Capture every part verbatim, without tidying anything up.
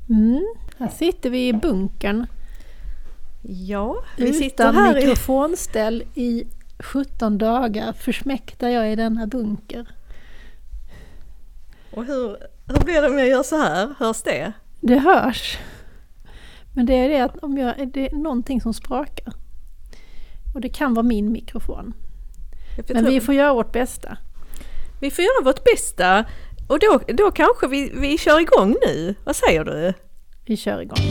Mm, här sitter vi i bunkern. Ja, vi utan sitter här mikrofonställ i... i sjutton dagar försmäktar jag i denna bunker. Och hur, hur blir det om jag gör så här? Hörs det? Det hörs. Men det är det att om jag, det är någonting som sprakar. Och det kan vara min mikrofon. Men vi får göra vårt bästa. Vi får göra vårt bästa. Och då, då kanske vi, vi kör igång nu. Vad säger du? Vi kör igång.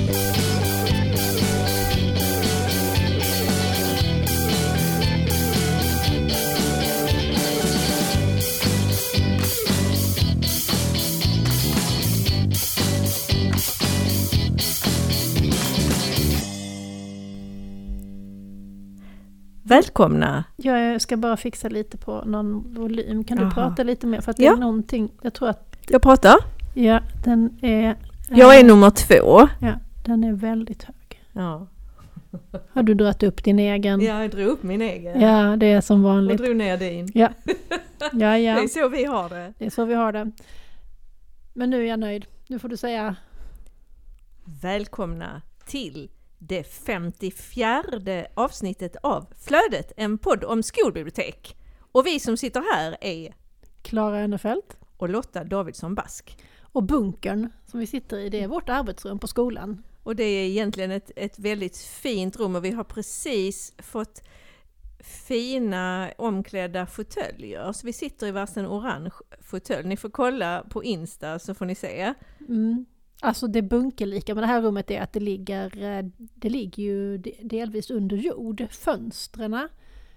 Välkomna. Jag ska bara fixa lite på någon volym. Kan du Aha. prata lite mer? För att det Ja. är någonting, jag tror att... Jag pratar. Ja, den är... Jag är nummer två. Ja, den är väldigt hög. Ja. Har du dragit upp din egen? Ja, jag drog upp min egen. Ja, det är som vanligt. Och drog ner din. Ja. Ja, ja. Det är så vi har det. Det är så vi har det. Men nu är jag nöjd. Nu får du säga... Välkomna till det femtiofjärde avsnittet av Flödet, en podd om skolbibliotek. Och vi som sitter här är Klara Önefelt och Lotta Davidsson Bask. och bunkern som vi sitter i, det är vårt arbetsrum på skolan. Och det är egentligen ett, ett väldigt fint rum och vi har precis fått fina omklädda fåtöljer. Så vi sitter i varsin orange fåtölj. Ni får kolla på Insta så får ni se. Mm. Alltså det bunkerlika med det här rummet är att det ligger, det ligger ju delvis under jord. Fönstren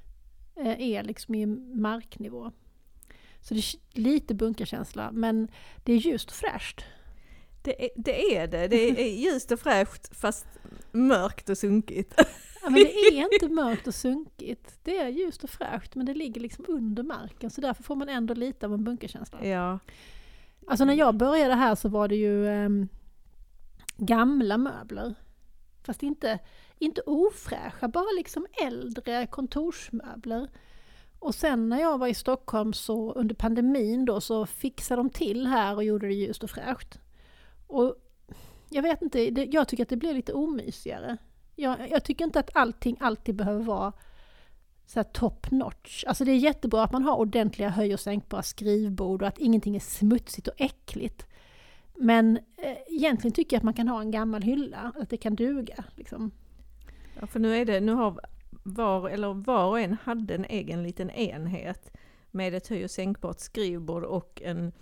är liksom i marknivå. Så det är lite bunkerkänsla, men det är ljust och fräscht. Det är, det är det. Det är ljust och fräscht fast mörkt och sunkigt. Ja, men det är inte mörkt och sunkigt. Det är ljust och fräscht, men det ligger liksom under marken. Så därför får man ändå lite av en bunkerkänsla. Ja. Alltså när jag började här så var det ju um, gamla möbler. Fast inte, inte ofräscha, bara liksom äldre kontorsmöbler. Och sen när jag var i Stockholm så under pandemin då så fixade de till här och gjorde det ljust och fräscht. Och jag vet inte, det, jag tycker att det blir lite omysigare. Jag, jag tycker inte att allting alltid behöver vara så här top notch. Alltså det är jättebra att man har ordentliga höj- och sänkbara skrivbord och att ingenting är smutsigt och äckligt. Men eh, egentligen tycker jag att man kan ha en gammal hylla, att det kan duga liksom. Ja, för nu är det, nu har var, eller var och en hade en egen liten enhet med ett höj- och sänkbart skrivbord och en,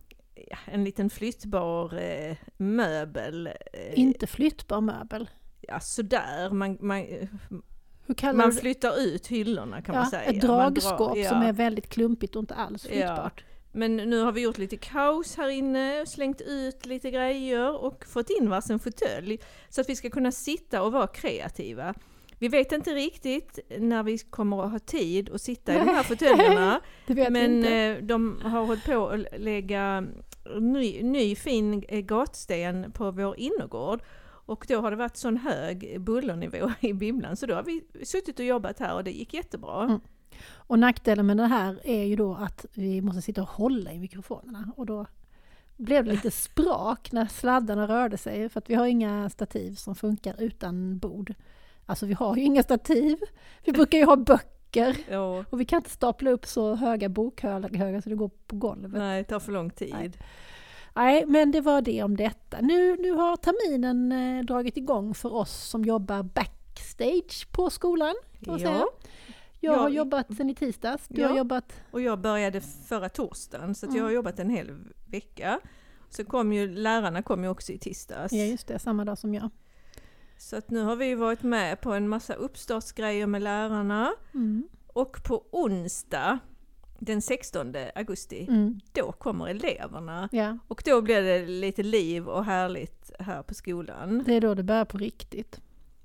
en liten flyttbar eh, möbel. Eh, Inte flyttbar möbel. Ja, sådär. Man, man, Hur kallar man du det? flyttar ut hyllorna kan Ja, man säga. ett dragskåp Man drar, ja. som är väldigt klumpigt och inte alls flyttbart. Ja. Men nu har vi gjort lite kaos här inne, slängt ut lite grejer och fått in varsin fåtölj så att vi ska kunna sitta och vara kreativa. Vi vet inte riktigt när vi kommer att ha tid att sitta i de här fåtöljerna. Men inte. De har hållit på att lägga ny, ny fin gatsten på vår innergård. Och då har det varit sån hög bullernivå i bibblan. Så då har vi suttit och jobbat här och det gick jättebra. Mm. Och nackdelen med det här är ju då att vi måste sitta och hålla i mikrofonerna. Och då blev det lite sprak när sladdarna rörde sig. För att vi har inga stativ som funkar utan bord. Alltså vi har ju inga stativ. Vi brukar ju ha böcker. Ja. Och vi kan inte stapla upp så höga bokhögar så det går på golvet. Nej, det tar för lång tid. Nej. Nej, men det var det om detta. Nu, nu har terminen eh, dragit igång för oss som jobbar backstage på skolan. Kan man ja. säga. Jag, jag har jobbat sen i tisdags. Du ja. har jobbat... Och jag började förra torsdagen så att mm. jag har jobbat en hel vecka. Så kom ju, lärarna kom ju också i tisdags. Ja just det, samma dag som jag. Så att nu har vi varit med på en massa uppstartsgrejer med lärarna. Mm. Och på onsdag den sextonde augusti, mm. då kommer eleverna. Ja. Och då blir det lite liv och härligt här på skolan. Det är då det börjar på riktigt.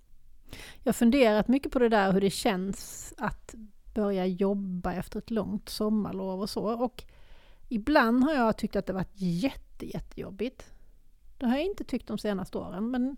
Jag har funderat mycket på det där hur det känns att börja jobba efter ett långt sommarlov och så. Och ibland har jag tyckt att det varit jätte, jättejobbigt. Det har jag inte tyckt de senaste åren. Men,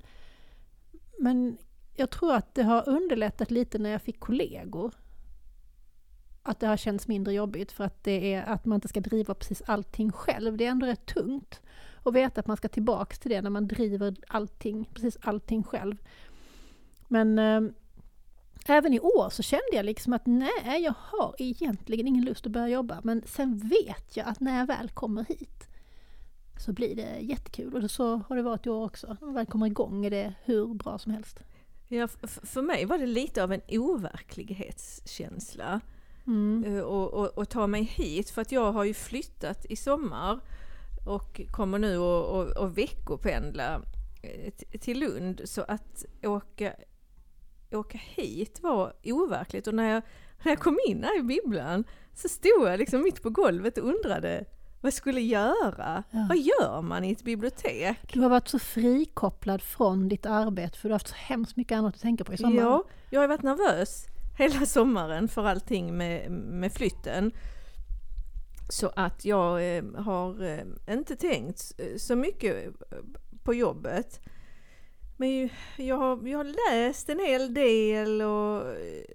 men jag tror att det har underlättat lite när jag fick kollegor. att det har känts mindre jobbigt för att det är att man inte ska driva precis allting själv. Det är ändå rätt tungt att veta att man ska tillbaka till det när man driver allting, precis allting själv. Men eh, även i år så kände jag liksom att nej, jag har egentligen ingen lust att börja jobba. Men sen vet jag att när jag väl kommer hit så blir det jättekul. Och så har det varit i år också. När jag väl kommer igång är det hur bra som helst. Ja, f- för mig var det lite av en overklighetskänsla. Mm. Och, och, och ta mig hit. För att jag har ju flyttat i sommar. Och kommer nu att och, och veckopendla till Lund. Så att åka... åka hit var overkligt, och när jag, när jag kom in här i bibblan så stod jag liksom mitt på golvet och undrade vad jag skulle göra. Ja. Vad gör man i ett bibliotek? Du har varit så frikopplad från ditt arbete för du har haft så hemskt mycket annat att tänka på i sommar. Ja, jag har varit nervös hela sommaren för allting med, med flytten. Så att jag eh, har eh, inte tänkt så mycket på jobbet. Men jag har, jag har läst en hel del och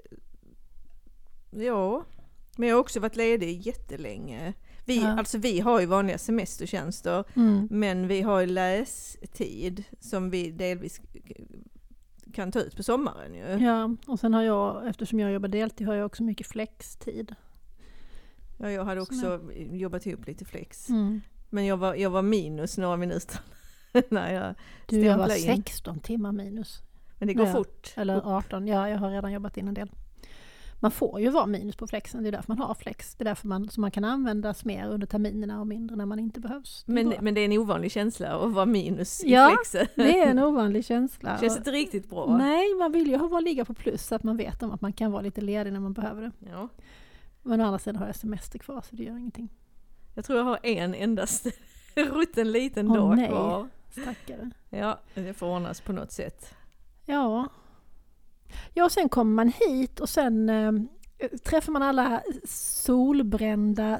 ja, men jag har också varit ledig jättelänge. Vi, ja. Alltså vi har ju vanliga semestertjänster, mm. men vi har ju lästid som vi delvis kan ta ut på sommaren ju. Ja, och sen har jag, eftersom jag jobbar deltid, har jag också mycket flextid. Ja, jag hade också jag... jobbat ihop lite flex. Mm. Men jag var, jag var minus några minuter. Nej, jag du, jag var sexton timmar minus. Men det går ja, fort. Eller arton, ja, jag har redan jobbat in en del. Man får ju vara minus på flexen, det är därför man har flex. Det är därför man, så man kan användas mer under terminerna och mindre när man inte behövs. Det men, men det är en ovanlig känsla att vara minus i ja, flexen. Ja, det är en ovanlig känsla. Känns inte riktigt bra. Nej, man vill ju ha ligga på plus så att man vet om att man kan vara lite ledig när man behöver det. Ja. Men å andra sidan har jag semester kvar så det gör ingenting. Jag tror jag har en endast rutten liten oh, dag nej. kvar. Stackare. Ja, det får ordnas på något sätt. Ja. Ja, och sen kommer man hit och sen äh, träffar man alla solbrända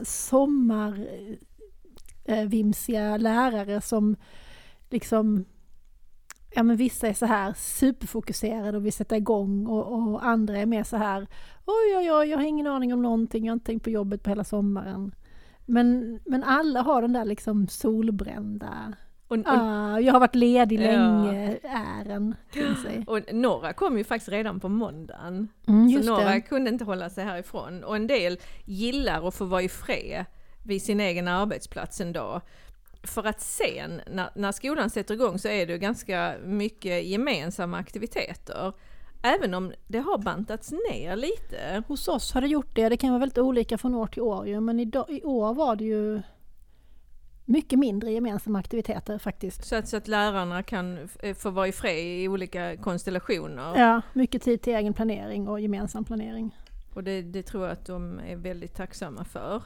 sommarvimsiga äh, lärare som liksom, ja men vissa är så här superfokuserade och vill sätta igång och, och andra är mer så här, oj oj oj, jag har ingen aning om någonting, jag har inte tänkt på jobbet på hela sommaren. Men, men alla har den där liksom solbrända, och, och, ah, jag har varit ledig ja. länge, ären kring sig. Och några kom ju faktiskt redan på måndagen. Mm, så några det. kunde inte hålla sig härifrån. Och en del gillar att få vara i fred vid sin egen arbetsplats en dag. För att sen, när, när skolan sätter igång så är det ganska mycket gemensamma aktiviteter. Även om det har bantats ner lite. Hos oss har det gjort det. Det kan vara väldigt olika från år till år. Ju. Men idag, i år var det ju mycket mindre gemensamma aktiviteter faktiskt. Så att, så att lärarna kan få vara i fred i olika konstellationer. Ja, mycket tid till egen planering och gemensam planering. Och det, det tror jag att de är väldigt tacksamma för.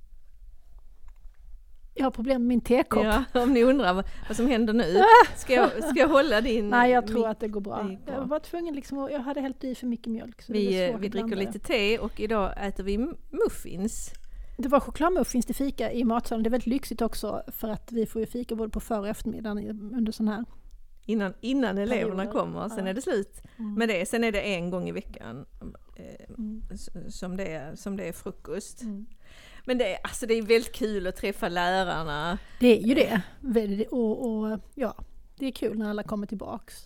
Jag har problem med min tekopp. Ja, om ni undrar vad, vad som händer nu. Ska jag, ska jag hålla din... Nej, jag tror att det går bra. bra. Jag var tvungen liksom, jag hade hällt i för mycket mjölk. Så vi det vi dricker lite te och idag äter vi muffins. Det var chokladmuffins till fika i matsalen. Det är väldigt lyxigt också för att vi får ju fika både på för- och eftermiddagen under sån här. Innan, innan eleverna kommer, sen ja. är det slut. Mm. Men det, sen är det en gång i veckan eh, mm. som, det är, som det är frukost. Mm. Men det är, alltså det är väldigt kul att träffa lärarna. Det är ju det. Och, och ja, det är kul när alla kommer tillbaks.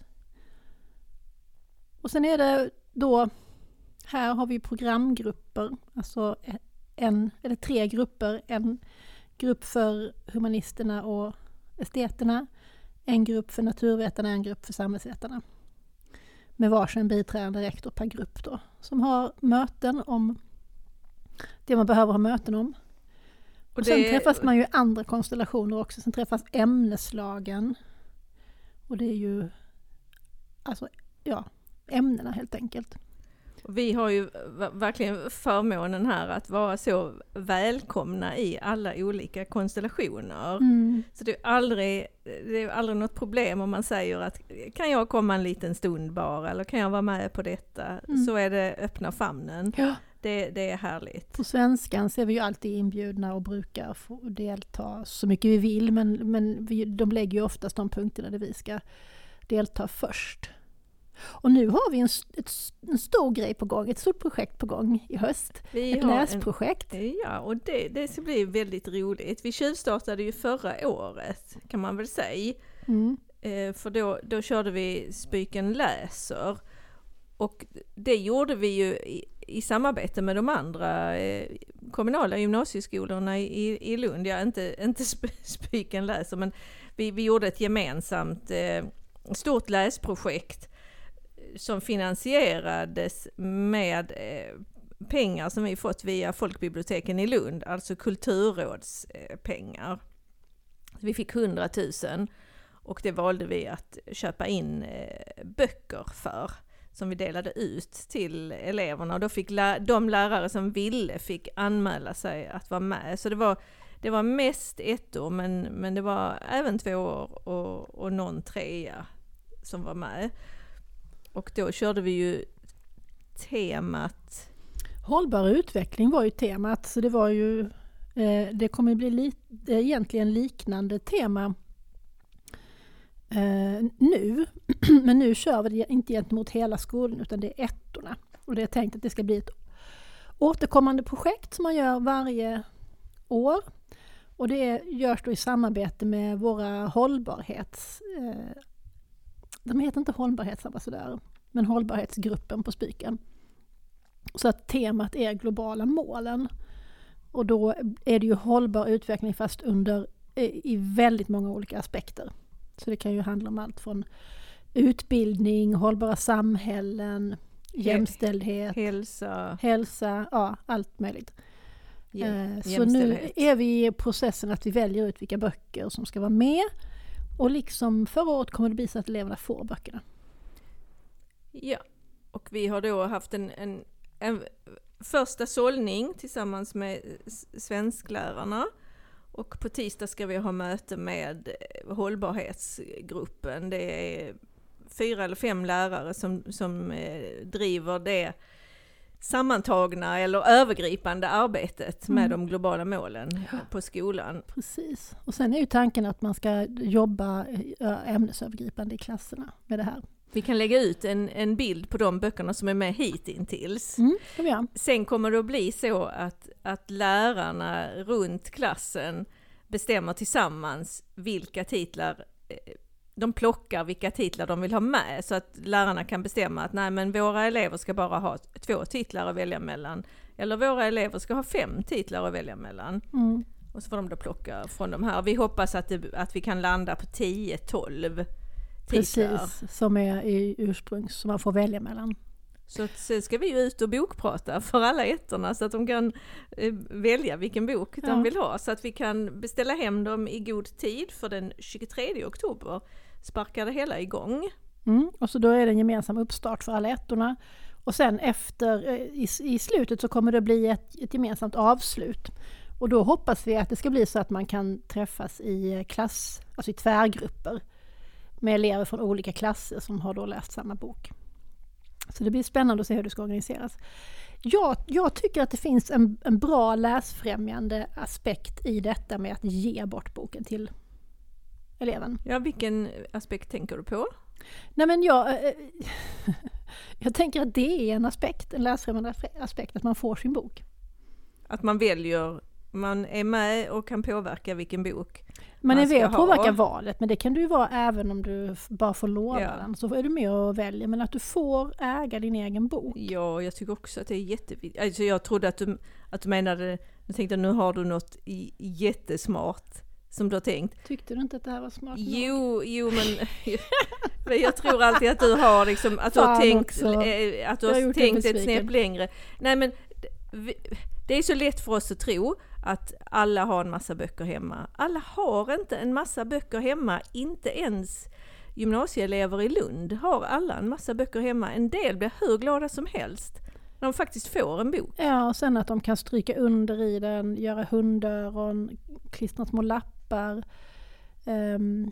Och sen är det då, här har vi programgrupper. Alltså en, eller tre grupper. En grupp för humanisterna och esteterna. En grupp för naturvetarna, en grupp för samhällsvetarna. Med varsin biträdande rektor per grupp då. Som har möten om det man behöver ha möten om. Och, och sen det... träffas man ju i andra konstellationer också. Sen träffas ämneslagen. Och det är ju alltså, ja, ämnena helt enkelt. Och vi har ju verkligen förmånen här att vara så välkomna i alla olika konstellationer. Mm. Så det är aldrig, det är aldrig något problem om man säger att kan jag komma en liten stund bara eller kan jag vara med på detta? Mm. Så är det öppna famnen. Ja. Det, det är härligt. På svenskan så är vi ju alltid inbjudna och brukar få delta så mycket vi vill. Men, men vi, de lägger ju oftast de punkterna där vi ska delta först. Och nu har vi en, ett, en stor grej på gång, ett stort projekt på gång i höst. Vi ett har läsprojekt. En, ja, och det, det ska bli väldigt roligt. Vi tjuvstartade ju förra året, kan man väl säga. Mm. Eh, för då, då körde vi Spyken läser. Och det gjorde vi ju i, i samarbete med de andra eh, kommunala gymnasieskolorna i, i Lund. Ja, inte, inte Spyken läser, men vi, vi gjorde ett gemensamt eh, stort läsprojekt som finansierades med eh, pengar som vi fått via folkbiblioteken i Lund, alltså kulturrådspengar. Eh, vi fick hundratusen och det valde vi att köpa in eh, böcker för, som vi delade ut till eleverna. Och då fick lä- de lärare som ville fick anmäla sig att vara med. Så det var, det var mest ett år, men, men det var även två år och, och någon trea som var med. Och då körde vi ju temat... Hållbar utveckling var ju temat, så det var ju eh, det kommer bli li- egentligen liknande tema eh, nu. Men nu kör vi det inte gentemot hela skolan utan det är ettorna. Och det är tänkt att det ska bli ett återkommande projekt som man gör varje år. Och det görs då i samarbete med våra hållbarhets... Eh, de heter inte hållbarhetsambassadörer, men hållbarhetsgruppen på Spyken. Så att temat är globala målen. Och då är det ju hållbar utveckling fast under i väldigt många olika aspekter. Så det kan ju handla om allt från utbildning, hållbara samhällen, jämställdhet, hälsa, hälsa ja, allt möjligt. Ja, så nu är vi i processen att vi väljer ut vilka böcker som ska vara med. Och liksom förra året kommer det bli så att eleverna får böckerna. Ja, och vi har då haft en, en, en första sållning tillsammans med svensklärarna. Och på tisdag ska vi ha möte med hållbarhetsgruppen. Det är fyra eller fem lärare som, som eh, driver det sammantagna eller övergripande arbetet med mm. de globala målen ja. på skolan. Precis. Och sen är ju tanken att man ska jobba ämnesövergripande i klasserna med det här. Vi kan lägga ut en, en bild på de böckerna som är med hittills. Mm, ja. Sen kommer det att bli så att, att lärarna runt klassen bestämmer tillsammans vilka titlar de plockar, vilka titlar de vill ha med, så att lärarna kan bestämma att nej, men våra elever ska bara ha två titlar att välja mellan, eller våra elever ska ha fem titlar att välja mellan. Mm. Och så får de då plocka från de här. Vi hoppas att, det, att vi kan landa på tio tolv titlar. Precis, som är i ursprung som man får välja mellan. Så att sen ska vi ju ut och bokprata för alla ettorna så att de kan eh, välja vilken bok ja. de vill ha. Så att vi kan beställa hem dem i god tid, för den tjugotredje oktober sparkar det hela igång. Mm, och så då är det en gemensam uppstart för alla ettorna. Och sen efter, i, i slutet så kommer det bli ett, ett gemensamt avslut. Och då hoppas vi att det ska bli så att man kan träffas i klass, alltså i tvärgrupper med elever från olika klasser som har då läst samma bok. Så det blir spännande att se hur det ska organiseras. Jag, jag tycker att det finns en, en bra läsfrämjande aspekt i detta med att ge bort boken till eleven. Ja, vilken aspekt tänker du på? Nej, men jag, jag tänker att det är en aspekt, en läsfrämjande aspekt, att man får sin bok. Att man väljer, man är med och kan påverka vilken bok man, man är med och påverka valet, men det kan du ju vara även om du bara får låna ja. den. Så är du med och väljer, men att du får äga din egen bok. Ja, jag tycker också att det är jätteviktigt. Alltså jag trodde att du, att du menade, jag tänkte nu har du något i, jättesmart som du har tänkt. Tyckte du inte att det här var smart? Jo, jo men jag, jag tror alltid att du har liksom, att du har tänkt, att du har tänkt ett snäpp längre. Nej, men det är så lätt för oss att tro att alla har en massa böcker hemma. Alla har inte en massa böcker hemma, inte ens gymnasieelever i Lund har alla en massa böcker hemma. En del blir hur glada som helst när de faktiskt får en bok. Ja, och sen att de kan stryka under i den, göra hundöron, klistra små lappar. Um,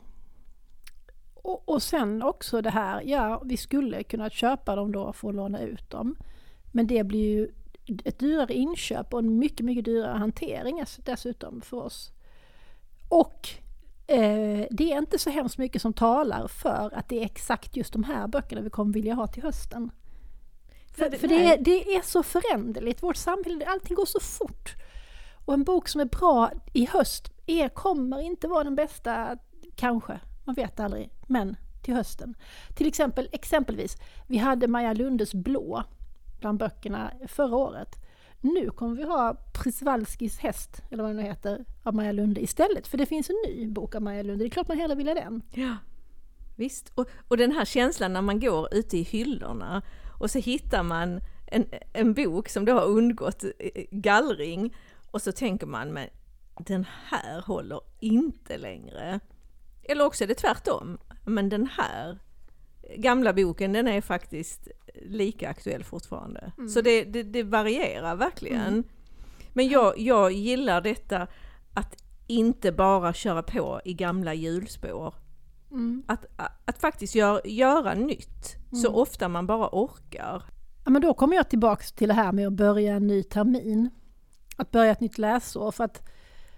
och, och sen också det här, ja, vi skulle kunna köpa dem då för att låna ut dem. Men det blir ju ett dyrare inköp och en mycket, mycket dyrare hantering dessutom för oss. Och eh, det är inte så hemskt mycket som talar för att det är exakt just de här böckerna vi kommer vilja ha till hösten. För, för det, är, det är så föränderligt. Vårt samhälle, allting går så fort. Och en bok som är bra i höst är, kommer inte vara den bästa, kanske. Man vet aldrig. Men till hösten. Till exempel, exempelvis, vi hade Maja Lundes Blå bland böckerna förra året. Nu kommer vi ha Przewalskis häst, eller vad det nu heter, av Maja Lunde istället. För det finns en ny bok av Maja Lunde. Det är klart man hellre vill ha den. Ja, visst. Och, och den här känslan när man går ute i hyllorna och så hittar man en, en bok som då har undgått gallring och så tänker man, men den här håller inte längre. Eller också är det tvärtom. Men den här gamla boken, den är faktiskt lika aktuell fortfarande. Mm. Så det, det, det varierar verkligen. Mm. Men jag, jag gillar detta att inte bara köra på i gamla hjulspår. Mm. Att, att, att faktiskt gör, göra nytt mm. så ofta man bara orkar. Ja, men då kommer jag tillbaka till det här med att börja en ny termin. Att börja ett nytt läsår. För att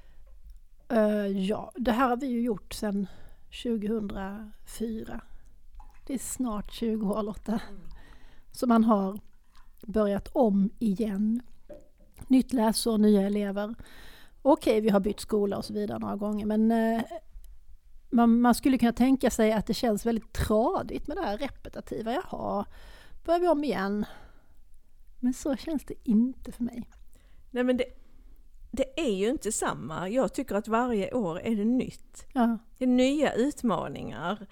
uh, ja, det här har vi ju gjort sedan tjugohundrafyra. Det är snart tjugo år, Lotta. Mm. Så man har börjat om igen. Nytt läsår, nya elever. Okej, vi har bytt skola och så vidare några gånger. Men uh, man, man skulle kunna tänka sig att det känns väldigt tradigt med det här repetitiva. Jaha, börjar vi om igen. Men så känns det inte för mig. Nej, men det, det är ju inte samma. Jag tycker att varje år är det nytt. Ja. Det är nya utmaningar.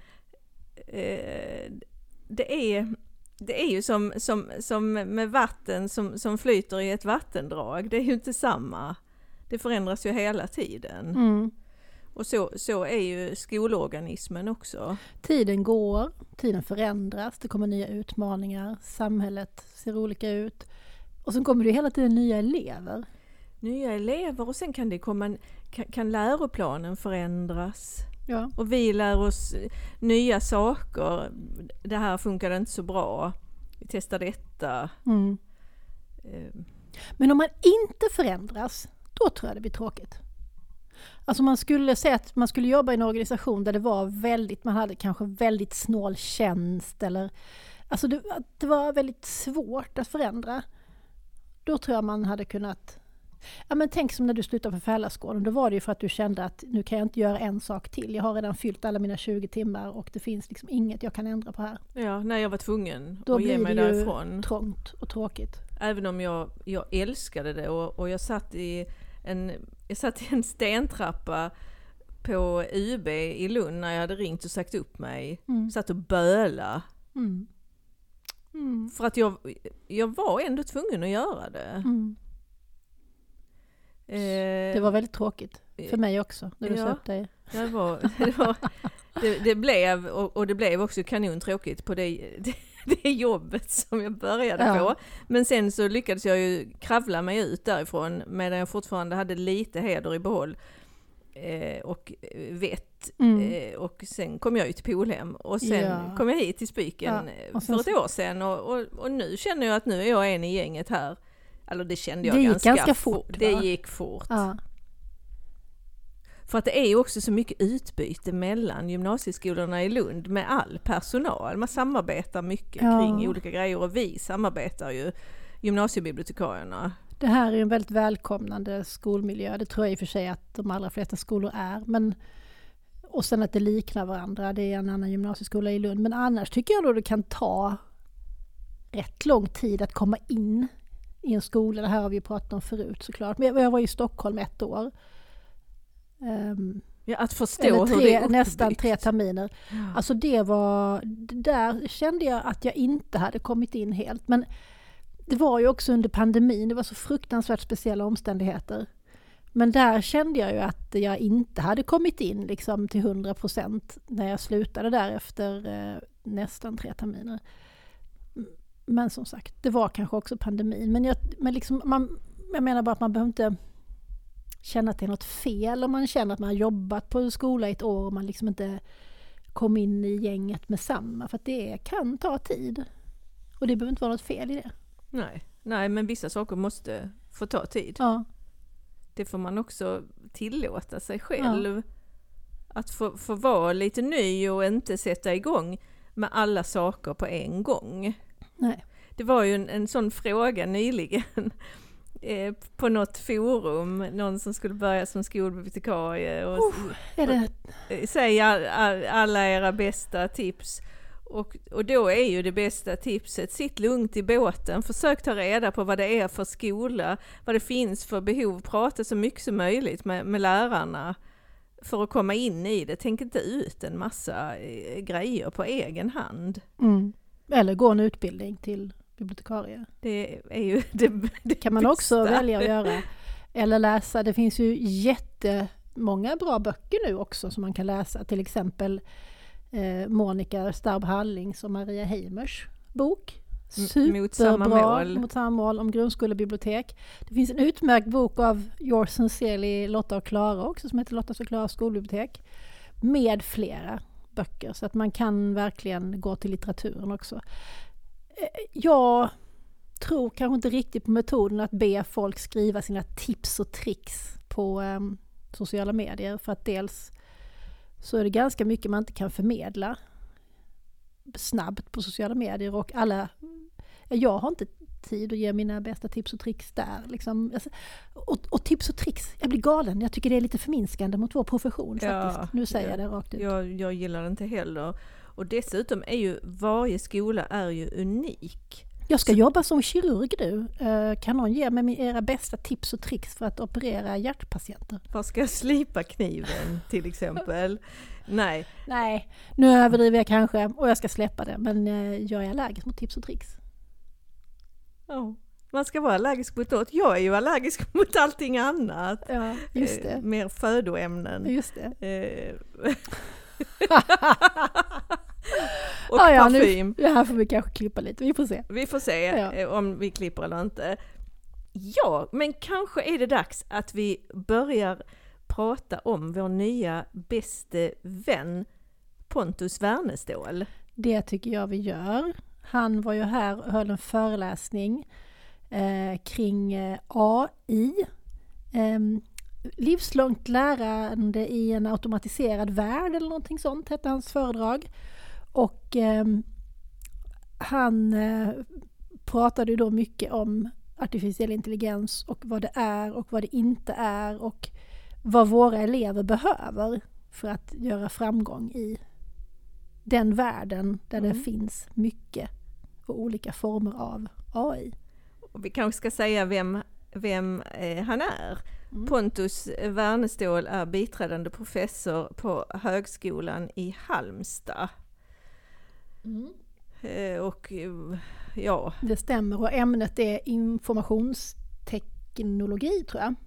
Eh, det, är, det är ju som, som, som med vatten som, som flyter i ett vattendrag. Det är ju inte samma. Det förändras ju hela tiden. Mm. Och så, så är ju skolorganismen också. Tiden går, tiden förändras, det kommer nya utmaningar, samhället ser olika ut. Och sen kommer det hela tiden nya elever. Nya elever och sen kan det komma, kan, kan läroplanen förändras. Ja. Och vi lär oss nya saker. Det här funkar inte så bra. Vi testar detta. Mm. Um. Men om man inte förändras, då tror jag det blir tråkigt. Alltså man skulle säga att man skulle jobba i en organisation där det var väldigt, man hade kanske väldigt snål tjänst eller alltså det, det var väldigt svårt att förändra. Då tror jag man hade kunnat, ja men tänk som när du slutade på Fällaskålen, då var det ju för att du kände att nu kan jag inte göra en sak till. Jag har redan fyllt alla mina tjugo timmar och det finns liksom inget jag kan ändra på här. Ja, när jag var tvungen då att ge mig därifrån. Då blir det ju trångt och tråkigt. Även om jag, jag älskade det och, och jag satt i en Jag satt i en stentrappa på U B i Lund när jag hade ringt och sagt upp mig. Mm. Satt och böla. Mm. Mm. För att jag, jag var ändå tvungen att göra det. Mm. Eh, det var väldigt tråkigt. För mig också. När du ja, sa upp dig. Det, var, det, var, det, det blev, och, och det blev också kanontråkigt på det, det, det jobbet som jag började ja. på. Men sen så lyckades jag ju kravla mig ut därifrån medan jag fortfarande hade lite heder i behåll eh, och vett. Mm. Eh, och sen kom jag ut till Polhem och sen ja. kom jag hit till Spiken ja. för ett år sedan och, och, och nu känner jag att nu är jag en i gänget här. Alltså det kände jag det ganska, gick ganska fort. fort det gick fort. Ja. För att det är ju också så mycket utbyte mellan gymnasieskolorna i Lund med all personal. Man samarbetar mycket ja. kring olika grejer och vi samarbetar ju, gymnasiebibliotekarierna. Det här är en väldigt välkomnande skolmiljö. Det tror jag i och för sig att de allra flesta skolor är. Men, och sen att det liknar varandra. Det är en annan gymnasieskola i Lund. Men annars tycker jag då det kan ta rätt lång tid att komma in i en skola. Det här har vi pratat om förut såklart. Men jag var i Stockholm ett år. Um, ja, att förstå tre, hur det är nästan tre terminer. Ja. Alltså det var, där kände jag att jag inte hade kommit in helt. Men det var ju också under pandemin, det var så fruktansvärt speciella omständigheter. Men där kände jag ju att jag inte hade kommit in liksom till hundra procent när jag slutade där efter eh, nästan tre terminer. Men som sagt, det var kanske också pandemin. Men jag, men liksom, man, jag menar bara att man behöver inte känna att det är något fel om man känner att man har jobbat på skola i ett år och man liksom inte kom in i gänget med samma. För att det kan ta tid. Och det behöver inte vara något fel i det. Nej, nej men vissa saker måste få ta tid. Ja. Det får man också tillåta sig själv. Ja. Att få, få vara lite ny och inte sätta igång med alla saker på en gång. Nej. Det var ju en, en sån fråga nyligen eh, på något forum, någon som skulle börja som skolbibliotekarie och Oh, är det? s- säga all, all, alla era bästa tips. Och, och då är ju det bästa tipset, sitt lugnt i båten, försök ta reda på vad det är för skola, vad det finns för behov, prata så mycket som möjligt med, med lärarna för att komma in i det. Tänk inte ut en massa eh, grejer på egen hand. Mm. Eller gå en utbildning till bibliotekarie. Det är ju det, det kan man bästa. också välja att göra. Eller läsa, det finns ju jättemånga bra böcker nu också som man kan läsa. Till exempel eh, Monica Starb-Hallings och Maria Heimers bok. Superbra, mot samma mål. mot samma mål om grundskolebibliotek. Det finns en utmärkt bok av Yours Sincerely, Lotta och Klara också, som heter Lottas och Klaras skolbibliotek. Med flera böcker, så att man kan verkligen gå till litteraturen också. Jag tror kanske inte riktigt på metoden att be folk skriva sina tips och tricks på um, sociala medier, för att dels så är det ganska mycket man inte kan förmedla snabbt på sociala medier, och alla, jag har inte tid att ge mina bästa tips och tricks där liksom. och, och tips och tricks, jag blir galen, jag tycker det är lite förminskande mot vår profession faktiskt, ja, nu säger ja, jag det rakt ut. Jag, jag gillar det inte heller, och dessutom är ju varje skola är ju unik. Jag ska så... jobba som kirurg nu. Kan någon ge mig era bästa tips och tricks för att operera hjärtpatienter? Var ska jag slipa kniven till exempel? Nej. Nej, nu överdriver jag kanske och jag ska släppa det. Men jag är allergisk mot tips och tricks. Ja, man ska vara allergisk mot något. Jag är ju allergisk mot allting annat. Ja, just det. Eh, mer födoämnen. Just det. Eh. Och ah, ja, parfym. Nu, det här får vi kanske klippa lite, vi får se. Vi får se ja. om vi klipper eller inte. Ja, men kanske är det dags att vi börjar prata om vår nya bäste vän Pontus Wernestål. Det tycker jag vi gör. Han var ju här och höll en föreläsning eh, kring eh, A I. Eh, livslångt lärande i en automatiserad värld eller någonting sånt hette hans föredrag. Och eh, han eh, pratade ju då mycket om artificiell intelligens och vad det är och vad det inte är och vad våra elever behöver för att göra framgång i den världen där mm. det finns mycket och olika former av A I. Och vi kanske ska säga vem, vem eh, han är. Mm. Pontus Wernestål är biträdande professor på högskolan i Halmstad. Mm. Eh, och ja. Det stämmer, och ämnet är informationsteknologi tror jag.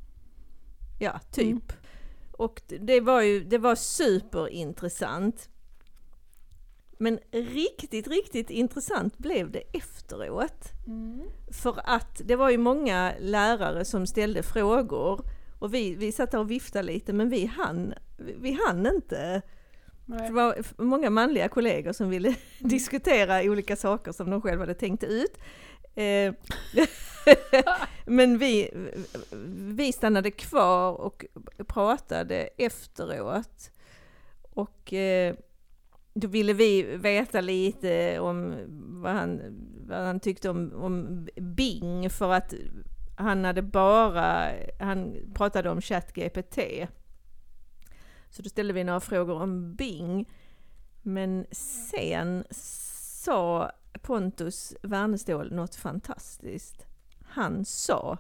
Ja, typ. Mm. Och det var ju det var superintressant. Men riktigt, riktigt intressant blev det efteråt. Mm. För att det var ju många lärare som ställde frågor. Och vi, vi satt och viftade lite, men vi hann, vi hann inte. Nej. Det var många manliga kollegor som ville mm. diskutera olika saker som de själva hade tänkt ut. Eh, men vi, vi stannade kvar och pratade efteråt. Och eh, då ville vi veta lite om vad han, vad han tyckte om, om Bing, för att han hade bara, han pratade om ChatGPT. Så då ställde vi några frågor om Bing. Men sen sa Pontus Wernestål något fantastiskt. Han sa: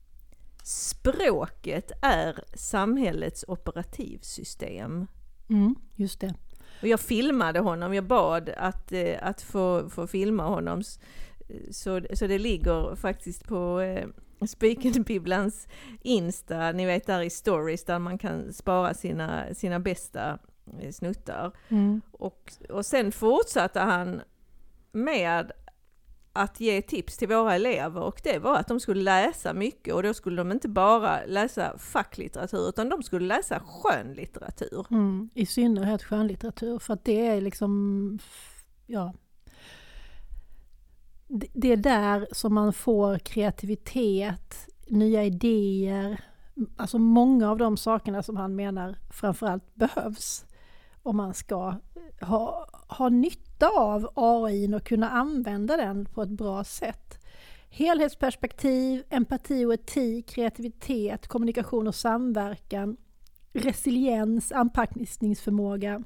språket är samhällets operativsystem. Mm, just det. Och jag filmade honom, jag bad att, att få, få filma honom. Så, så det ligger faktiskt på eh, Spykenbibblans Insta, ni vet där i stories där man kan spara sina, sina bästa eh, snuttar. Mm. Och, och sen fortsatte han med att ge tips till våra elever, och det var att de skulle läsa mycket, och då skulle de inte bara läsa facklitteratur utan de skulle läsa skönlitteratur. Mm, i synnerhet skönlitteratur, för att det är liksom, ja, det är där som man får kreativitet, nya idéer, alltså många av de sakerna som han menar framförallt behövs om man ska ha, ha nytta av A I och kunna använda den på ett bra sätt. Helhetsperspektiv, empati och etik, kreativitet, kommunikation och samverkan, resiliens, anpassningsförmåga,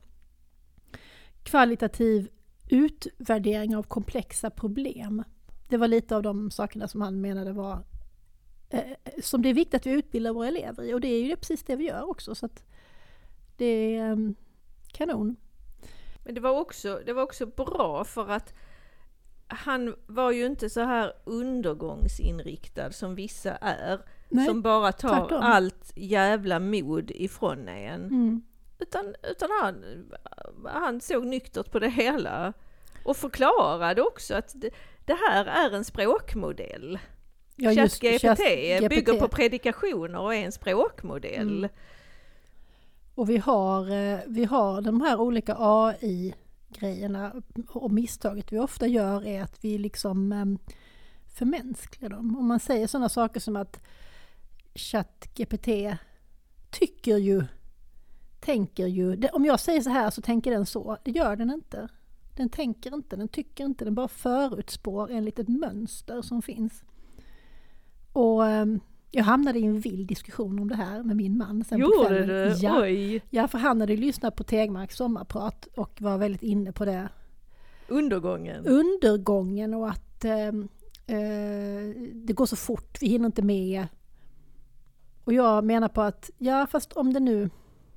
kvalitativ utvärdering av komplexa problem. Det var lite av de sakerna som han menade var eh, som det är viktigt att vi utbildar våra elever i, och det är ju det, precis det vi gör också, så att det är eh, kanon. Men det var också, det var också bra för att han var ju inte så här undergångsinriktad som vissa är. Nej, som bara tar tvärtom. Allt jävla mod ifrån en. Mm. Utan, utan han, han såg nyktert på det hela. Och förklarade också att det, det här är en språkmodell. Ja, ChatGPT bygger på predikationer och är en språkmodell. Mm. Och vi har, vi har de här olika A I-grejerna, och misstaget vi ofta gör är att vi liksom förmänskligar dem. Om man säger sådana saker som att ChatGPT tycker ju, tänker ju, det, om jag säger så här så tänker den så, det gör den inte. Den tänker inte, den tycker inte, den bara förutspår enligt ett mönster som finns. Och jag hamnade i en vild diskussion om det här med min man. Sen Gjorde du? Ja, Oj! Ja, för han hade lyssnat på Tegmarks sommarprat och var väldigt inne på det. Undergången. Undergången och att eh, eh, det går så fort, vi hinner inte med. Och jag menar på att, ja fast om det nu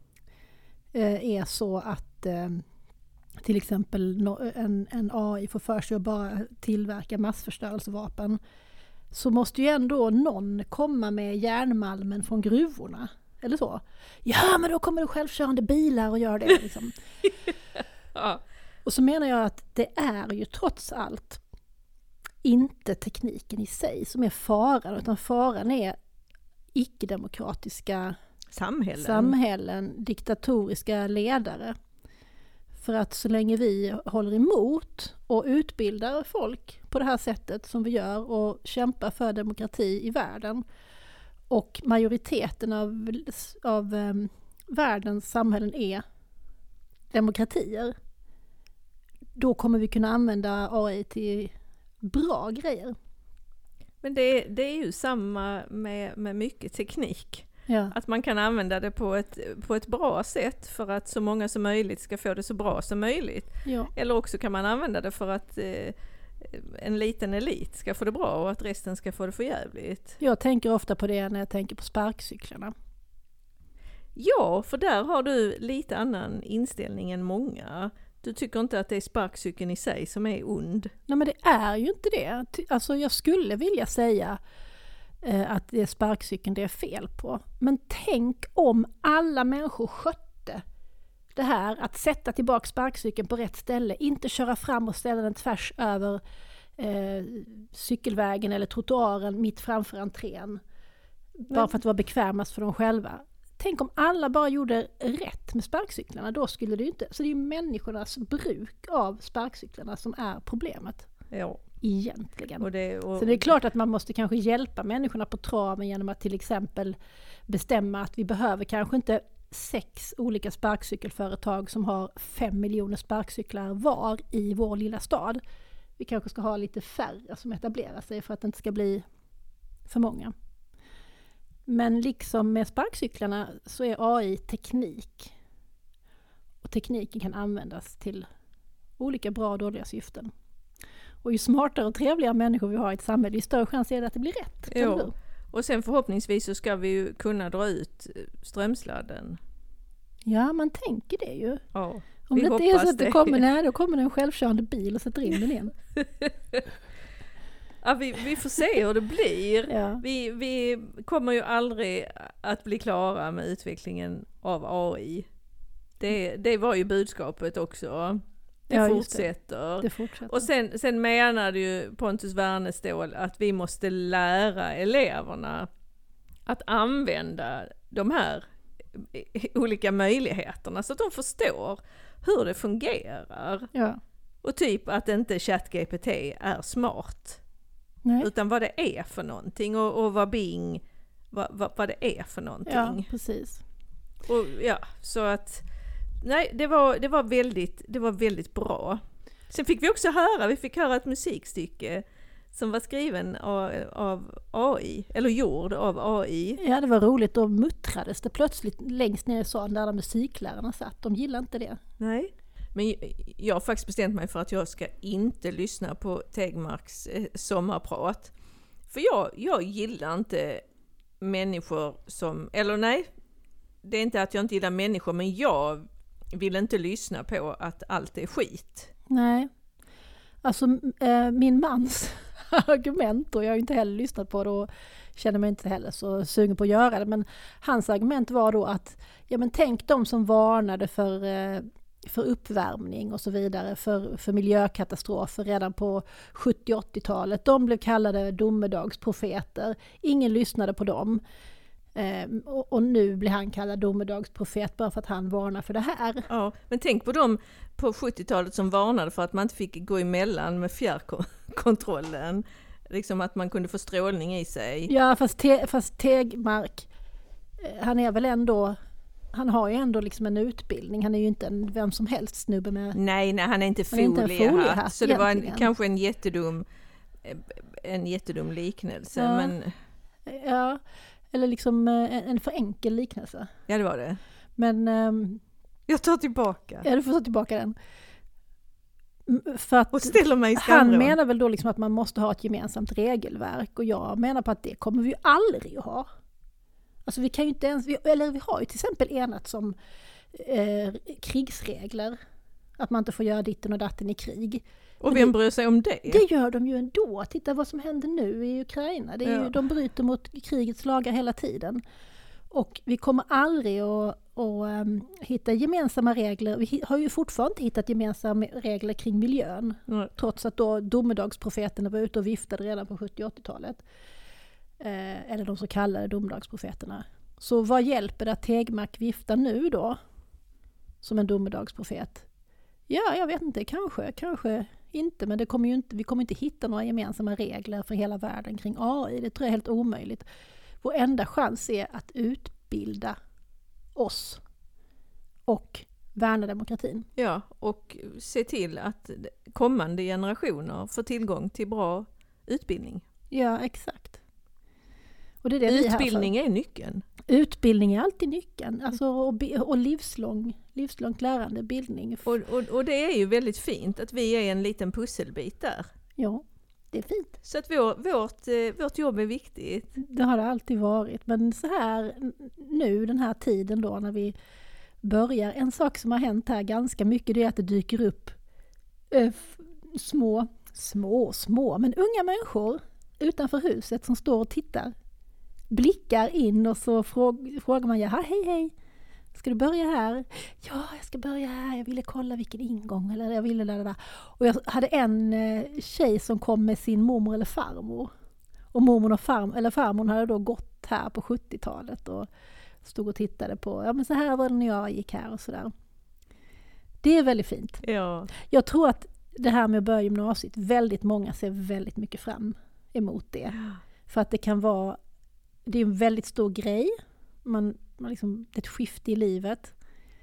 eh, är så att eh, till exempel en, en A I får för sig att bara tillverka massförstörelsevapen, så måste ju ändå någon komma med järnmalmen från gruvorna. Eller så. Ja, men då kommer det självkörande bilar och gör det. Liksom. Ja. Och så menar jag att det är ju trots allt inte tekniken i sig som är faran, utan faran är icke-demokratiska samhällen. samhällen, diktatoriska ledare. För att så länge vi håller emot och utbildar folk på det här sättet som vi gör och kämpar för demokrati i världen, och majoriteten av, av um, världens samhällen är demokratier, då kommer vi kunna använda A I till bra grejer. Men det, det är ju samma med, med mycket teknik. Ja. Att man kan använda det på ett, på ett bra sätt för att så många som möjligt ska få det så bra som möjligt. Ja. Eller också kan man använda det för att eh, en liten elit ska få det bra och att resten ska få det för jävligt. Jag tänker ofta på det när jag tänker på sparkcyklarna. Ja, för där har du lite annan inställning än många. Du tycker inte att det är sparkcykeln i sig som är ond? Nej, men det är ju inte det. Alltså jag skulle vilja säga att det är sparkcykeln det är fel på. Men tänk om alla människor skötte det här, att sätta tillbaka sparkcykeln på rätt ställe, inte köra fram och ställa den tvärs över eh, cykelvägen eller trottoaren mitt framför entrén. Bara Men... för att det var bekvämast för dem själva. Tänk om alla bara gjorde rätt med sparkcyklarna, då skulle det ju inte... Så det är ju människornas bruk av sparkcyklarna som är problemet. Ja. Egentligen. Och det, och... Så det är klart att man måste kanske hjälpa människorna på traven genom att till exempel bestämma att vi behöver kanske inte sex olika sparkcykelföretag som har fem miljoner sparkcyklar var i vår lilla stad. Vi kanske ska ha lite färre som etablerar sig för att det inte ska bli för många. Men liksom med sparkcyklarna så är A I teknik. Och tekniken kan användas till olika bra och dåliga syften. Och ju smartare och trevligare människor vi har i ett samhälle, ju större chans är det att det blir rätt. Jo. Och sen förhoppningsvis så ska vi ju kunna dra ut strömsladden. Ja, man tänker det ju. Ja, om det inte är så att det kommer, nej, då kommer det en självkörande bil och sätter in den igen. Ja, vi, vi får se hur det blir. Ja. Vi, vi kommer ju aldrig att bli klara med utvecklingen av A I. Det, det var ju budskapet också. Det, ja, fortsätter. Det. Det fortsätter. Och sen, sen menade ju Pontus Wernestål att vi måste lära eleverna att använda de här olika möjligheterna så att de förstår hur det fungerar. Ja. Och typ att inte ChatGPT är smart. Nej. Utan vad det är för någonting och, och vad Bing vad, vad, vad det är för någonting. Ja, precis. Och ja, så att nej, det var, det var väldigt, det var väldigt bra. Sen fick vi också höra, vi fick höra ett musikstycke som var skriven av, av A I, eller gjord av A I. Ja, det var roligt. Då muttrades det plötsligt längst ner i salen där alla musiklärarna satt. De gillade inte det. Nej, men jag har faktiskt bestämt mig för att jag ska inte lyssna på Tegmarks eh, sommarprat. För jag, jag gillar inte människor som, eller nej, det är inte att jag inte gillar människor, men jag vill inte lyssna på att allt är skit. Nej, alltså äh, min mans argument, och jag har inte heller lyssnat på det och känner mig inte heller så sugen på att göra det, men hans argument var då att ja, men tänk de som varnade för, äh, för uppvärmning och så vidare, för, för miljökatastrofer redan på sjuttio- och åttiotalet. De blev kallade domedagsprofeter. Ingen lyssnade på dem. Eh, och, och nu blir han kallad domedagsprofet bara för att han varnar för det här. Ja, men tänk på dem på sjuttiotalet som varnade för att man inte fick gå emellan med fjärrkontrollen. Liksom att man kunde få strålning i sig. Ja, fast, te, fast Tegmark, eh, han är väl ändå, han har ju ändå liksom en utbildning. Han är ju inte en vem som helst snubbe med... Nej, nej, han är inte foliehatt. foliehatt. Så det var en, kanske en jättedum, en jättedum liknelse. Ja, men... ja, eller liksom en för enkel liknelse. Ja, det var det. Men... Um, jag tar tillbaka. Ja, du får ta tillbaka den. För att och ställer mig i han menar väl då liksom att man måste ha ett gemensamt regelverk, och jag menar på att det kommer vi ju aldrig att ha. Alltså vi kan ju inte ens, eller vi har ju till exempel enats om eh, krigsregler. Att man inte får göra ditten och datten i krig. Och vem bryr sig om det? Det gör de ju ändå. Titta vad som händer nu i Ukraina. Det är ja. ju, de bryter mot krigets lagar hela tiden. Och vi kommer aldrig att, att um, hitta gemensamma regler. Vi har ju fortfarande inte hittat gemensamma regler kring miljön. Mm. Trots att då domedagsprofeterna var ute och viftade redan på sjuttio- och åttiotalet. Eh, eller de så kallade domedagsprofeterna. Så vad hjälper det att Tegmark viftar nu då? Som en domedagsprofet? Ja, jag vet inte. Kanske, kanske inte. Men det kommer ju inte, vi kommer inte hitta några gemensamma regler för hela världen kring A I. Det tror jag är helt omöjligt. Vår enda chans är att utbilda oss och värna demokratin. Ja, och se till att kommande generationer får tillgång till bra utbildning. Ja, exakt. Och det är det utbildning är nyckeln. Utbildning är alltid nyckeln. Alltså, och, och livslång, livslångt lärande, bildning. Och, och, och det är ju väldigt fint att vi är en liten pusselbit där. Ja. Det är fint. Så att vår, vårt, vårt jobb är viktigt. Det har det alltid varit. Men så här nu, den här tiden då när vi börjar. En sak som har hänt här ganska mycket, det är att det dyker upp äh, små, små, små, men unga människor utanför huset som står och tittar. Blickar in och så fråg, frågar man, ja hej hej. Ska du börja här? Ja, jag ska börja här. Jag ville kolla vilken ingång. Eller jag ville där, där. Och jag hade en eh, tjej som kom med sin mormor eller farmor. Och mormor och farm, eller farmor hade då gått här på sjuttiotalet. Och stod och tittade på, ja men så här var det när jag gick här och sådär. Det är väldigt fint. Ja. Jag tror att det här med att börja gymnasiet, väldigt många ser väldigt mycket fram emot det. Ja. För att det kan vara, det är en väldigt stor grej. Man, man liksom, det är ett skifte i livet.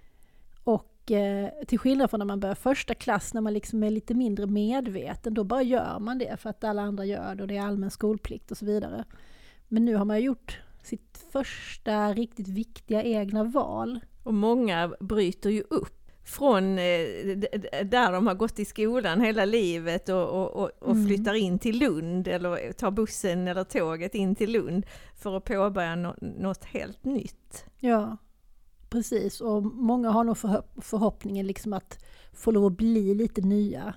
Och eh, till skillnad från när man börjar första klass, när man liksom är lite mindre medveten, då bara gör man det för att alla andra gör det och det är allmän skolplikt och så vidare. Men nu har man gjort sitt första riktigt viktiga egna val. Och många bryter ju upp från där de har gått i skolan hela livet och, och, och, och mm. flyttar in till Lund eller tar bussen eller tåget in till Lund för att påbörja no- något helt nytt. Ja, precis. Och många har nog förhopp- förhoppningen liksom att få lov att bli lite nya.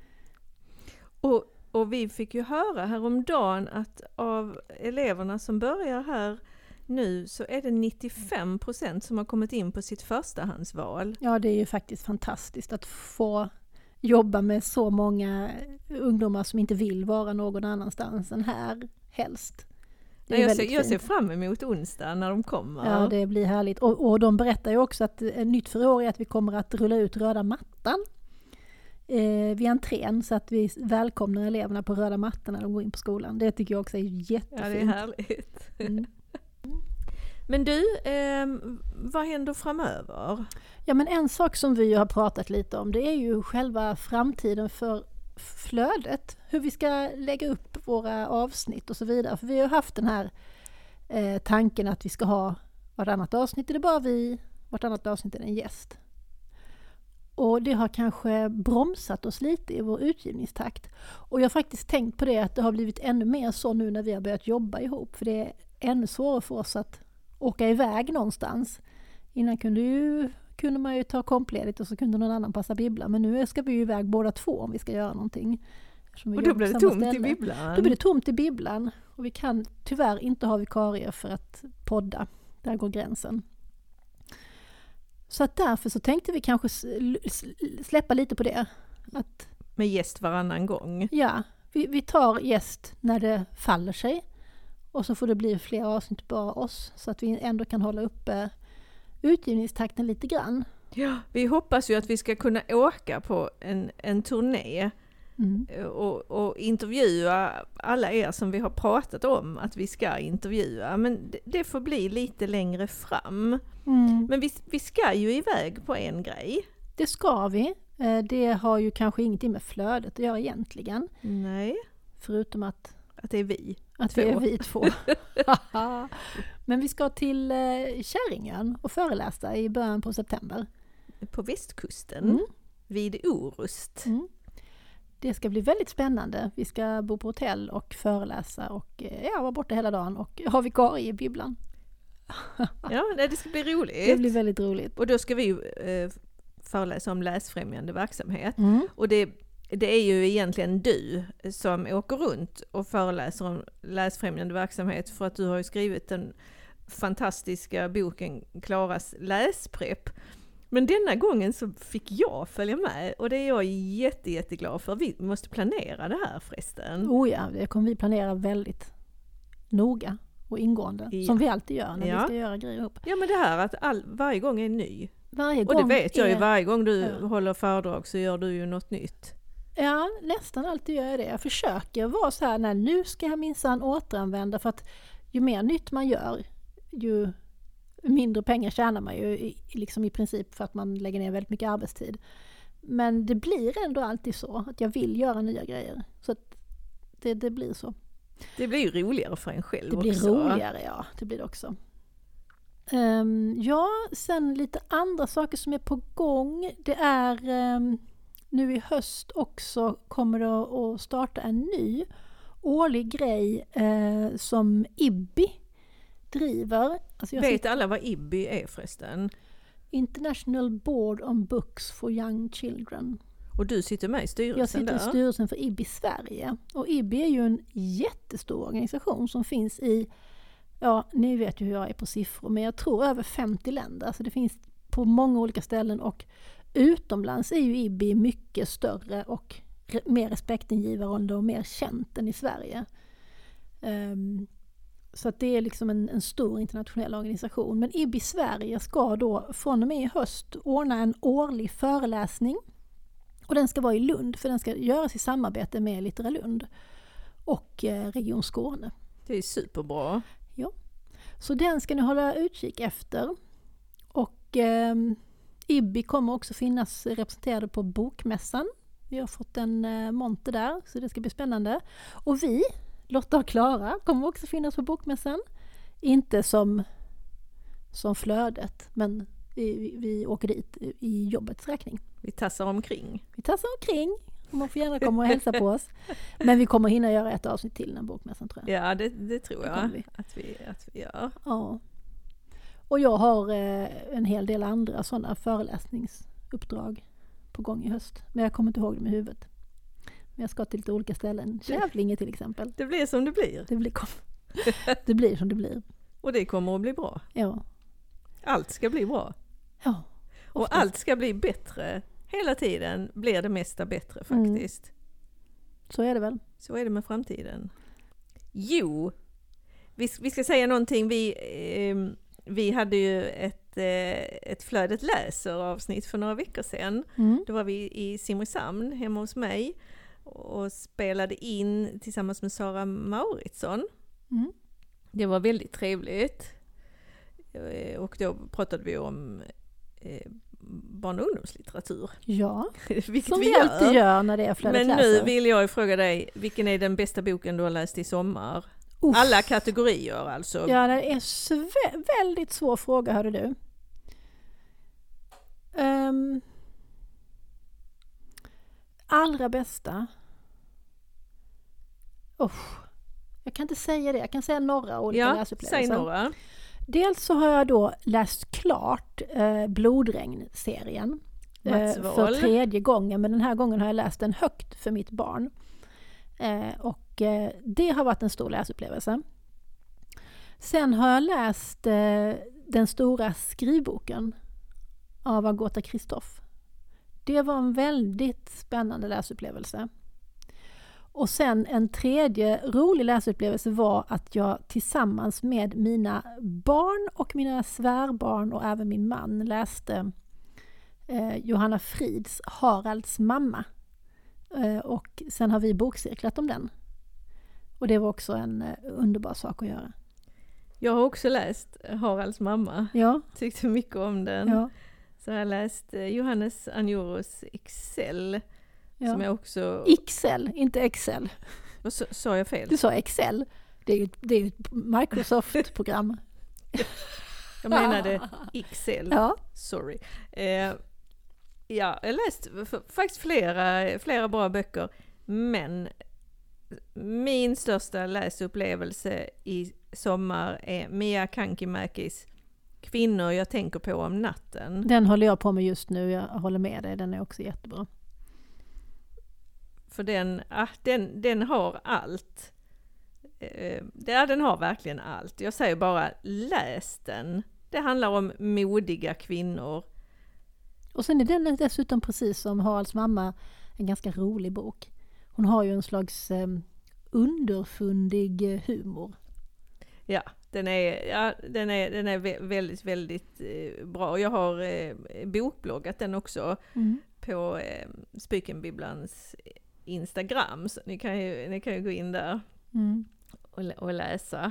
Och, och vi fick ju höra häromdagen att av eleverna som börjar här nu så är det nittiofem procent som har kommit in på sitt förstahandsval. Ja, det är ju faktiskt fantastiskt att få jobba med så många ungdomar som inte vill vara någon annanstans än här, helst. Nej, jag, ser, jag ser fram emot onsdag när de kommer. Ja, det blir härligt. Och, och de berättar ju också att eh, nytt för år är att vi kommer att rulla ut röda mattan eh, vid entrén, så att vi välkomnar eleverna på röda mattan när de går in på skolan. Det tycker jag också är jättefint. Ja, det är härligt. Mm. Men du, eh, vad händer framöver? Ja, men en sak som vi har pratat lite om, det är ju själva framtiden för flödet. Hur vi ska lägga upp våra avsnitt och så vidare. För vi har haft den här eh, tanken att vi ska ha vartannat avsnitt är det bara vi, vartannat avsnitt är det en gäst. Och det har kanske bromsat oss lite i vår utgivningstakt. Och jag har faktiskt tänkt på det att det har blivit ännu mer så nu när vi har börjat jobba ihop. För det är ännu svårare för oss att åka iväg någonstans. Innan kunde, ju, kunde man ju ta kompledigt och så kunde någon annan passa bibblan. Men nu ska vi ju iväg båda två om vi ska göra någonting. Och då blir det tomt ställe. i bibblan? Då blir det tomt i bibblan. Och vi kan tyvärr inte ha vikarier för att podda. Där går gränsen. Så att därför så tänkte vi kanske släppa lite på det. Att, med gäst varannan gång? Ja, vi, vi tar gäst när det faller sig. Och så får det bli fler avsnitt bara oss. Så att vi ändå kan hålla uppe utgivningstakten lite grann. Ja, vi hoppas ju att vi ska kunna åka på en, en turné. Mm. Och, och intervjua alla er som vi har pratat om att vi ska intervjua. Men det, det får bli lite längre fram. Mm. Men vi, vi ska ju iväg på en grej. Det ska vi. Det har ju kanske ingenting med flödet att göra egentligen. Nej. Förutom att... Att det är vi. Att två. det är vi två. Men vi ska till Käringön och föreläsa i början på september. På västkusten. Mm. Vid Orust. Mm. Det ska bli väldigt spännande. Vi ska bo på hotell och föreläsa och ja, vara borta hela dagen och ha vikarie i bibblan. Ja, det ska bli roligt. Det blir väldigt roligt. Och då ska vi ju eh, föreläsa om läsfrämjande verksamhet. Mm. Och det, det är ju egentligen du som åker runt och föreläser om läsfrämjande verksamhet för att du har ju skrivit den fantastiska boken Klaras läsprepp. Men denna gången så fick jag följa med och det är jag jätte, jätteglad för. Vi måste planera det här förresten. Oh ja, det kommer vi planera väldigt noga och ingående. Ja. Som vi alltid gör när ja. vi ska göra grejer ihop. Ja, men det här att all, varje gång är ny. Varje och gång det vet jag är... ju, varje gång du ja. håller föredrag så gör du ju något nytt. Ja, nästan alltid gör jag det. Jag försöker vara så här, när nu ska jag minsann återanvända, för att ju mer nytt man gör, ju mindre pengar tjänar man ju liksom i princip för att man lägger ner väldigt mycket arbetstid. Men det blir ändå alltid så att jag vill göra nya grejer. Så att det, det blir så. Det blir ju roligare för en själv också. Det blir också. roligare, ja. Det blir det också. Um, ja, sen lite andra saker som är på gång. Det är um, nu i höst också kommer det att starta en ny årlig grej uh, som I B I driver. Alltså jag Vet sitter... alla vad I B I är förresten? International Board on Books for Young Children. Och du sitter med i styrelsen där? Jag sitter där. i styrelsen för I B I Sverige. Och I B I är ju en jättestor organisation som finns i, ja, ni vet ju hur jag är på siffror, men jag tror över femtio länder. Alltså det finns på många olika ställen, och utomlands är ju I B I mycket större och re- mer respektingivande och mer känt än i Sverige. Um, Så att det är liksom en, en stor internationell organisation. Men I B I Sverige ska då från och med i höst ordna en årlig föreläsning. Och den ska vara i Lund, för den ska göras i samarbete med Littera Lund och eh, Region Skåne. Det är superbra. Ja, så den ska ni hålla utkik efter. Och eh, I B I kommer också finnas representerade på Bokmässan. Vi har fått en eh, monter där, så det ska bli spännande. Och vi... Lotta och Klara kommer också finnas på Bokmässan. Inte som, som flödet, men vi, vi åker dit i jobbets räkning. Vi tassar omkring. Vi tassar omkring. Man får gärna komma och hälsa på oss. Men vi kommer hinna göra ett avsnitt till den Bokmässan, tror jag. Ja, det, det tror det jag vi. Att, vi, att vi gör. Ja. Och jag har eh, en hel del andra sådana föreläsningsuppdrag på gång i höst. Men jag kommer inte ihåg dem i huvudet. Men jag ska till lite olika ställen. Kävlinge till exempel. Det blir som det blir. Det blir, det blir som det blir. Och det kommer att bli bra. Ja. Allt ska bli bra. Ja. Och oftast. Allt ska bli bättre. Hela tiden blir det mesta bättre faktiskt. Mm. Så är det väl. Så är det med framtiden. Jo, vi, vi ska säga någonting. Vi, eh, vi hade ju ett, eh, ett Flödet läser avsnitt för några veckor sedan. Mm. Då var vi i Simrishamn hemma hos mig och spelade in tillsammans med Sara Mauritsson. Mm. Det var väldigt trevligt. Eh, och då pratade vi om eh, barn- och ungdomslitteratur. Ja, Vilket som vi vi gör. alltid gör när det är flödet Men läser. nu vill jag fråga dig, vilken är den bästa boken du har läst i sommar? Uff. Alla kategorier alltså. Ja, det är sve- väldigt svår fråga, hörde du. Um, allra bästa. Oh, jag kan inte säga det. Jag kan säga några olika Ja, läsupplevelser. säg några. Dels så har jag då läst klart eh, Blodregn-serien. Mats Eh, Wahl. för tredje gången, men den här gången har jag läst den högt för mitt barn. Eh, och eh, det har varit en stor läsupplevelse. Sen har jag läst eh, den stora skrivboken av Agota Kristoff. Det var en väldigt spännande läsupplevelse. Och sen en tredje rolig läsupplevelse var att jag tillsammans med mina barn och mina svärbarn och även min man läste eh, Johanna Frids Haralds mamma. Eh, och sen har vi bokcirklat om den. Och det var också en eh, underbar sak att göra. Jag har också läst Haralds mamma. Ja. Tyckte mycket om den. Ja. Så jag har läst eh, Johannes Anjoros Excel. Ja. Som jag också... Excel, inte Excel. Vad sa, sa jag fel? Du sa Excel. Det är ju, det är ju ett Microsoft-program. Jag menade Excel. Ja. Sorry. Eh, ja, jag har läst f- faktiskt flera, flera bra böcker. Men min största läsupplevelse i sommar är Mia Kankimäkis Kvinnor jag tänker på om natten. Den håller jag på med just nu. Jag håller med dig. Den är också jättebra. För den, ah, den, den har allt. Eh, ja, den har verkligen allt. Jag säger bara, läs den. Det handlar om modiga kvinnor. Och sen är den dessutom, precis som Haralds mamma, en ganska rolig bok. Hon har ju en slags eh, underfundig humor. Ja, den är, ja, den är, den är vä- väldigt, väldigt eh, bra. Jag har eh, bokbloggat den också Mm. på eh, Spykenbibblans Instagram. Så ni kan ju, ni kan ju gå in där Mm. och, lä- och läsa.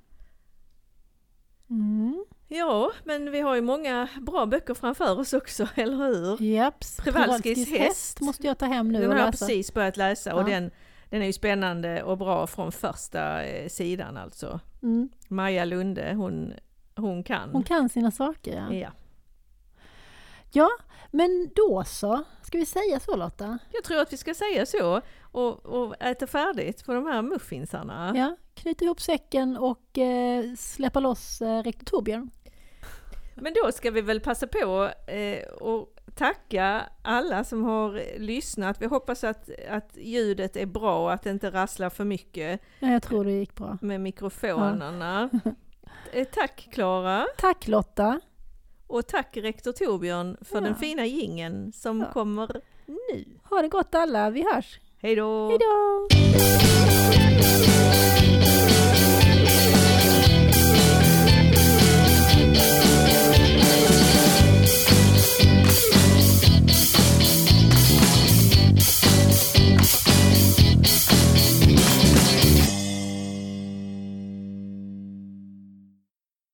Mm. Ja, men vi har ju många bra böcker framför oss också, eller hur? Japs, Przewalskis häst måste jag ta hem nu Den och har jag läsa. precis börjat läsa och Ja. den, den är ju spännande och bra från första eh, sidan alltså. Mm. Maja Lunde, hon, hon kan. Hon kan sina saker, ja. Ja. Ja, men då så. Ska vi säga så, Lotta? Jag tror att vi ska säga så och, och äta färdigt på de här muffinsarna. Ja, knyta ihop säcken och eh, släppa loss eh, rektor Torbjörn. Men då ska vi väl passa på eh, och tacka alla som har lyssnat. Vi hoppas att, att ljudet är bra och att det inte rasslar för mycket Ja, jag tror det gick bra. med mikrofonerna. Eh, tack Klara Tack Lotta. och tack rektor Torbjörn för Ja. den fina jingeln som Ja. kommer nu. Ha det gott alla, vi hörs. Hej då! Hej då!